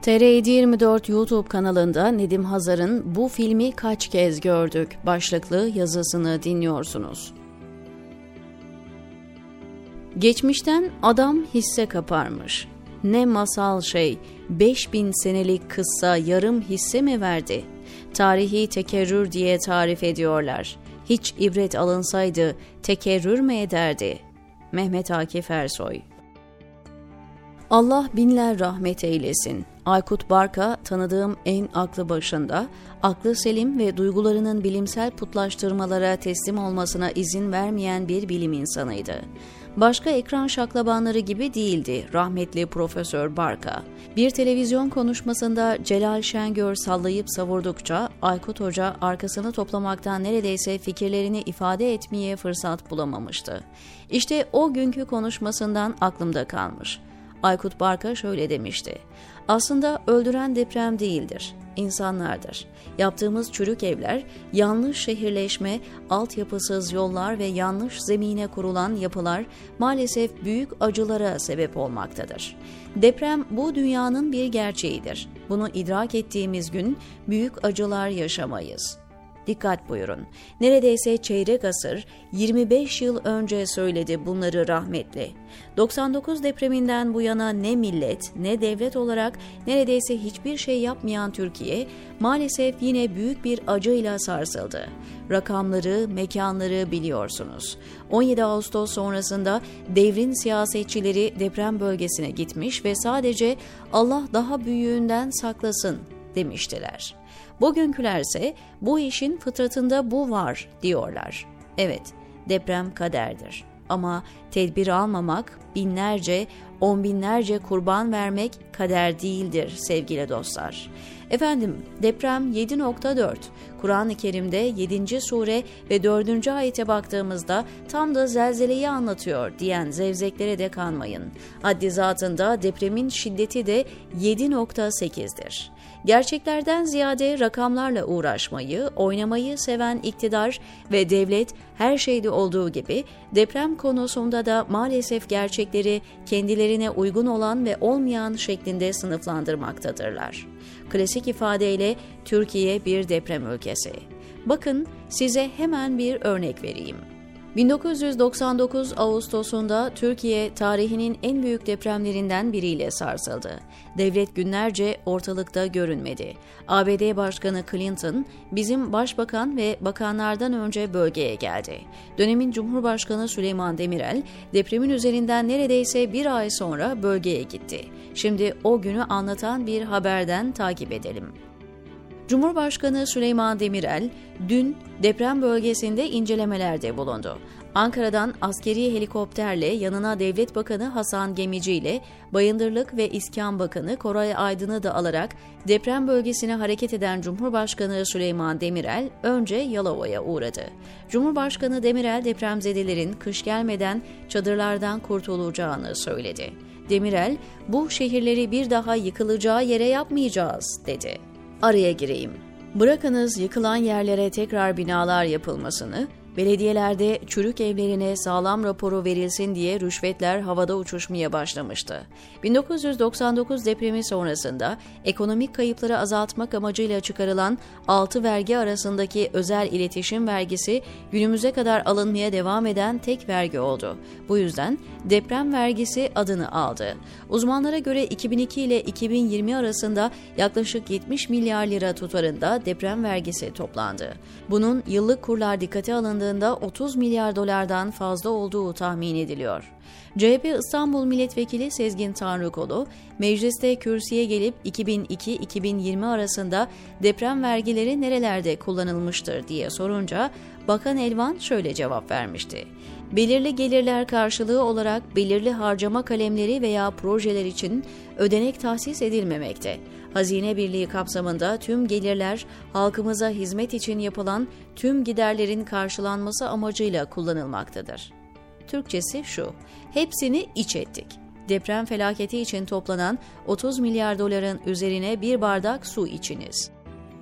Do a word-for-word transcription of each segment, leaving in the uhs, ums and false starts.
T R yedi yirmi dört YouTube kanalında Nedim Hazar'ın "Bu filmi kaç kez gördük" başlıklı yazısını dinliyorsunuz. Geçmişten adam hisse kaparmış. Ne masal şey, beş bin senelik kıssa yarım hisse mi verdi? Tarihi tekerrür diye tarif ediyorlar. Hiç ibret alınsaydı tekerrür mü ederdi? Mehmet Akif Ersoy. Allah binler rahmet eylesin. Aykut Barka tanıdığım en aklı başında, aklı selim ve duygularının bilimsel putlaştırmalara teslim olmasına izin vermeyen bir bilim insanıydı. Başka ekran şaklabanları gibi değildi rahmetli Profesör Barka. Bir televizyon konuşmasında Celal Şengör sallayıp savurdukça Aykut Hoca arkasını toplamaktan neredeyse fikirlerini ifade etmeye fırsat bulamamıştı. İşte o günkü konuşmasından aklımda kalmış. Aykut Barka şöyle demişti: "Aslında öldüren deprem değildir, insanlardır. Yaptığımız çürük evler, yanlış şehirleşme, altyapısız yollar ve yanlış zemine kurulan yapılar maalesef büyük acılara sebep olmaktadır. Deprem bu dünyanın bir gerçeğidir. Bunu idrak ettiğimiz gün büyük acılar yaşamayız." Dikkat buyurun. Neredeyse çeyrek asır, yirmi beş yıl önce söyledi bunları rahmetli. doksan dokuz depreminden bu yana ne millet ne devlet olarak neredeyse hiçbir şey yapmayan Türkiye maalesef yine büyük bir acıyla sarsıldı. Rakamları, mekanları biliyorsunuz. on yedi Ağustos sonrasında devrin siyasetçileri deprem bölgesine gitmiş ve sadece "Allah daha büyüğünden saklasın" demiştiler. Bugünkülerse bu işin fıtratında bu var diyorlar. Evet, deprem kaderdir. Ama tedbir almamak, binlerce, on binlerce kurban vermek kader değildir sevgili dostlar. Efendim, deprem yedi nokta dört. Kur'an-ı Kerim'de yedinci sure ve dördüncü ayete baktığımızda tam da zelzeleyi anlatıyor diyen zevzeklere de kanmayın. Haddi zatında depremin şiddeti de yedi nokta sekizdir. Gerçeklerden ziyade rakamlarla uğraşmayı, oynamayı seven iktidar ve devlet her şeyde olduğu gibi deprem konusunda da maalesef gerçekleri kendilerine uygun olan ve olmayan şeklinde sınıflandırmaktadırlar. Klasik ifadeyle Türkiye bir deprem ülkesi. Bakın size hemen bir örnek vereyim. bin dokuz yüz doksan dokuz Ağustos'unda Türkiye tarihinin en büyük depremlerinden biriyle sarsıldı. Devlet günlerce ortalıkta görünmedi. A B D Başkanı Clinton, bizim başbakan ve bakanlardan önce bölgeye geldi. Dönemin Cumhurbaşkanı Süleyman Demirel, depremin üzerinden neredeyse bir ay sonra bölgeye gitti. Şimdi o günü anlatan bir haberden takip edelim. Cumhurbaşkanı Süleyman Demirel dün deprem bölgesinde incelemelerde bulundu. Ankara'dan askeri helikopterle yanına Devlet Bakanı Hasan Gemici ile Bayındırlık ve İskan Bakanı Koray Aydın'ı da alarak deprem bölgesine hareket eden Cumhurbaşkanı Süleyman Demirel önce Yalova'ya uğradı. Cumhurbaşkanı Demirel depremzedelerin kış gelmeden çadırlardan kurtulacağını söyledi. Demirel, "Bu şehirleri bir daha yıkılacağı yere yapmayacağız" dedi. Araya gireyim. Bırakınız yıkılan yerlere tekrar binalar yapılmasını, belediyelerde çürük evlerine sağlam raporu verilsin diye rüşvetler havada uçuşmaya başlamıştı. bin dokuz yüz doksan dokuz depremi sonrasında ekonomik kayıpları azaltmak amacıyla çıkarılan altı vergi arasındaki özel iletişim vergisi günümüze kadar alınmaya devam eden tek vergi oldu. Bu yüzden deprem vergisi adını aldı. Uzmanlara göre iki bin iki ile iki bin yirmi arasında yaklaşık yetmiş milyar lira tutarında deprem vergisi toplandı. Bunun yıllık kurlar dikkate alındığında otuz milyar dolardan fazla olduğu tahmin ediliyor. C H P İstanbul Milletvekili Sezgin Tanrıkolu, mecliste kürsüye gelip iki bin iki iki bin yirmi arasında deprem vergileri nerelerde kullanılmıştır diye sorunca, Bakan Elvan şöyle cevap vermişti: "Belirli gelirler karşılığı olarak belirli harcama kalemleri veya projeler için ödenek tahsis edilmemekte. Hazine Birliği kapsamında tüm gelirler halkımıza hizmet için yapılan tüm giderlerin karşılanması amacıyla kullanılmaktadır." Türkçesi şu: hepsini iç ettik. Deprem felaketi için toplanan otuz milyar doların üzerine bir bardak su içiniz.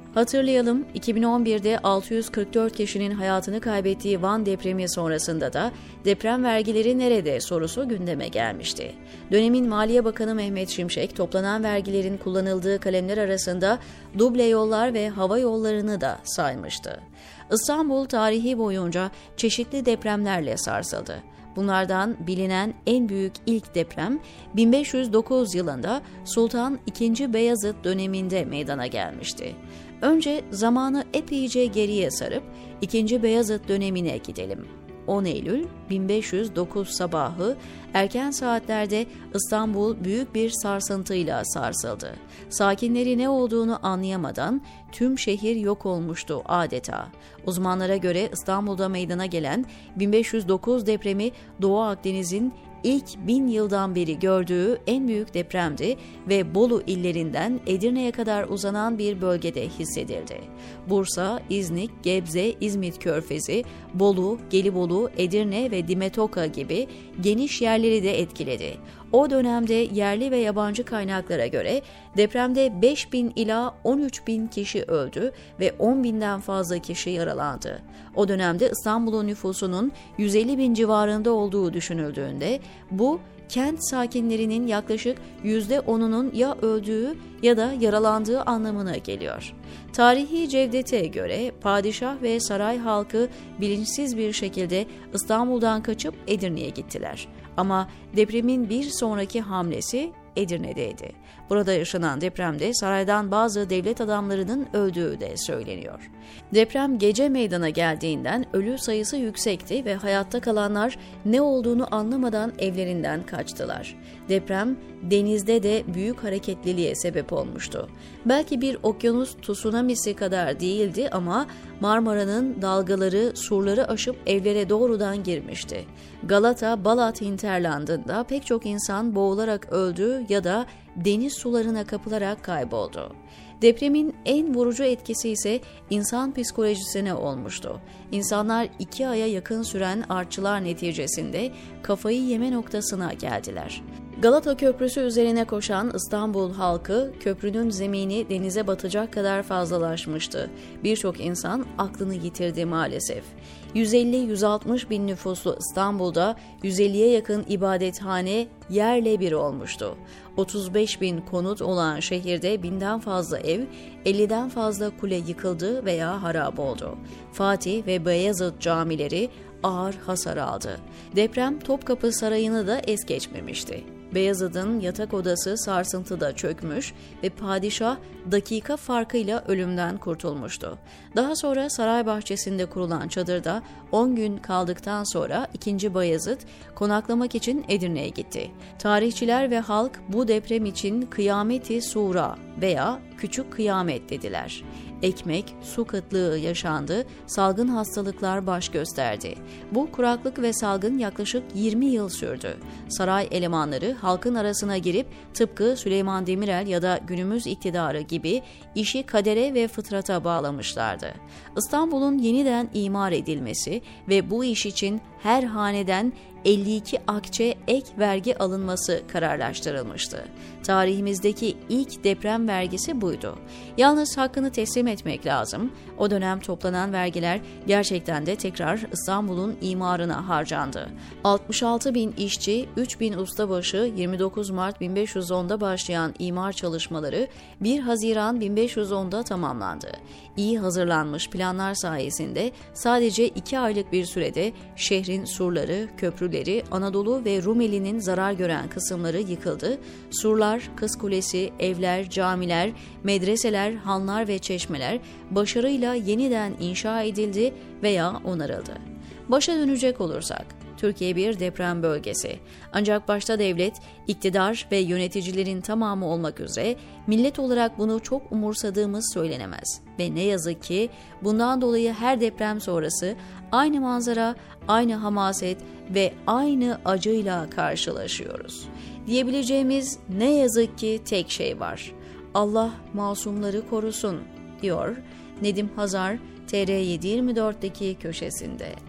Hatırlayalım, iki bin on birde altı yüz kırk dört kişinin hayatını kaybettiği Van depremi sonrasında da deprem vergileri nerede sorusu gündeme gelmişti. Dönemin Maliye Bakanı Mehmet Şimşek, toplanan vergilerin kullanıldığı kalemler arasında duble yollar ve hava yollarını da saymıştı. İstanbul tarihi boyunca çeşitli depremlerle sarsıldı. Bunlardan bilinen en büyük ilk deprem bin beş yüz dokuz yılında Sultan ikinci. Beyazıt döneminde meydana gelmişti. Önce zamanı epeyce geriye sarıp ikinci. Beyazıt dönemine gidelim. on Eylül bin beş yüz dokuz sabahı erken saatlerde İstanbul büyük bir sarsıntıyla sarsıldı. Sakinleri ne olduğunu anlayamadan tüm şehir yok olmuştu adeta. Uzmanlara göre İstanbul'da meydana gelen bin beş yüz dokuz depremi Doğu Akdeniz'in ilk bin yıldan beri gördüğü en büyük depremdi ve Bolu illerinden Edirne'ye kadar uzanan bir bölgede hissedildi. Bursa, İznik, Gebze, İzmit Körfezi, Bolu, Gelibolu, Edirne ve Dimetoka gibi geniş yerleri de etkiledi. O dönemde yerli ve yabancı kaynaklara göre depremde beş bin ila on üç bin kişi öldü ve on binden fazla kişi yaralandı. O dönemde İstanbul'un nüfusunun yüz elli bin civarında olduğu düşünüldüğünde bu kent sakinlerinin yaklaşık yüzde onunun ya öldüğü ya da yaralandığı anlamına geliyor. Tarihi Cevdet'e göre padişah ve saray halkı bilinçsiz bir şekilde İstanbul'dan kaçıp Edirne'ye gittiler. Ama depremin bir sonraki hamlesi Edirne'deydi. Burada yaşanan depremde saraydan bazı devlet adamlarının öldüğü de söyleniyor. Deprem gece meydana geldiğinden ölü sayısı yüksekti ve hayatta kalanlar ne olduğunu anlamadan evlerinden kaçtılar. Deprem denizde de büyük hareketliliğe sebep olmuştu. Belki bir okyanus tsunamisi kadar değildi ama Marmara'nın dalgaları surları aşıp evlere doğrudan girmişti. Galata, Balat hinterlandında pek çok insan boğularak öldü ya da deniz sularına kapılarak kayboldu. Depremin en vurucu etkisi ise insan psikolojisine olmuştu. İnsanlar iki aya yakın süren artçılar neticesinde kafayı yeme noktasına geldiler. Galata Köprüsü üzerine koşan İstanbul halkı köprünün zemini denize batacak kadar fazlalaşmıştı. Birçok insan aklını yitirdi maalesef. yüz elli yüz altmış bin nüfuslu İstanbul'da yüz elliye yakın ibadethane yerle bir olmuştu. otuz beş bin konut olan şehirde binden fazla ev, elliden fazla kule yıkıldı veya harap oldu. Fatih ve Beyazıt camileri ağır hasar aldı. Deprem Topkapı Sarayı'nı da es geçmemişti. Beyazıt'ın yatak odası sarsıntıda çökmüş ve padişah dakika farkıyla ölümden kurtulmuştu. Daha sonra saray bahçesinde kurulan çadırda on gün kaldıktan sonra ikinci. Bayezid konaklamak için Edirne'ye gitti. Tarihçiler ve halk bu deprem için Kıyameti Sura veya Küçük Kıyamet dediler. Ekmek, su kıtlığı yaşandı, salgın hastalıklar baş gösterdi. Bu kuraklık ve salgın yaklaşık yirmi yıl sürdü. Saray elemanları halkın arasına girip tıpkı Süleyman Demirel ya da günümüz iktidarı gibi işi kadere ve fıtrata bağlamışlardı. İstanbul'un yeniden imar edilmesi ve bu iş için her haneden elli iki akçe ek vergi alınması kararlaştırılmıştı. Tarihimizdeki ilk deprem vergisi buydu. Yalnız hakkını teslim etmek lazım. O dönem toplanan vergiler gerçekten de tekrar İstanbul'un imarına harcandı. altmış altı bin işçi, üç bin ustabaşı yirmi dokuz Mart bin beş yüz onda başlayan imar çalışmaları bir Haziran bin beş yüz onda tamamlandı. İyi hazırlanmış planlar sayesinde sadece iki aylık bir sürede şehrin surları, köprüleri, Anadolu ve Rumeli'nin zarar gören kısımları yıkıldı. Surlar, Kız Kulesi, evler, camiler, medreseler, hanlar ve çeşmeler başarıyla yeniden inşa edildi veya onarıldı. Başa dönecek olursak, Türkiye bir deprem bölgesi. Ancak başta devlet, iktidar ve yöneticilerin tamamı olmak üzere millet olarak bunu çok umursadığımız söylenemez. Ve ne yazık ki bundan dolayı her deprem sonrası aynı manzara, aynı hamaset ve aynı acıyla karşılaşıyoruz. Diyebileceğimiz ne yazık ki tek şey var. Allah masumları korusun, diyor Nedim Hazar T R yedi yirmi dört'teki köşesinde.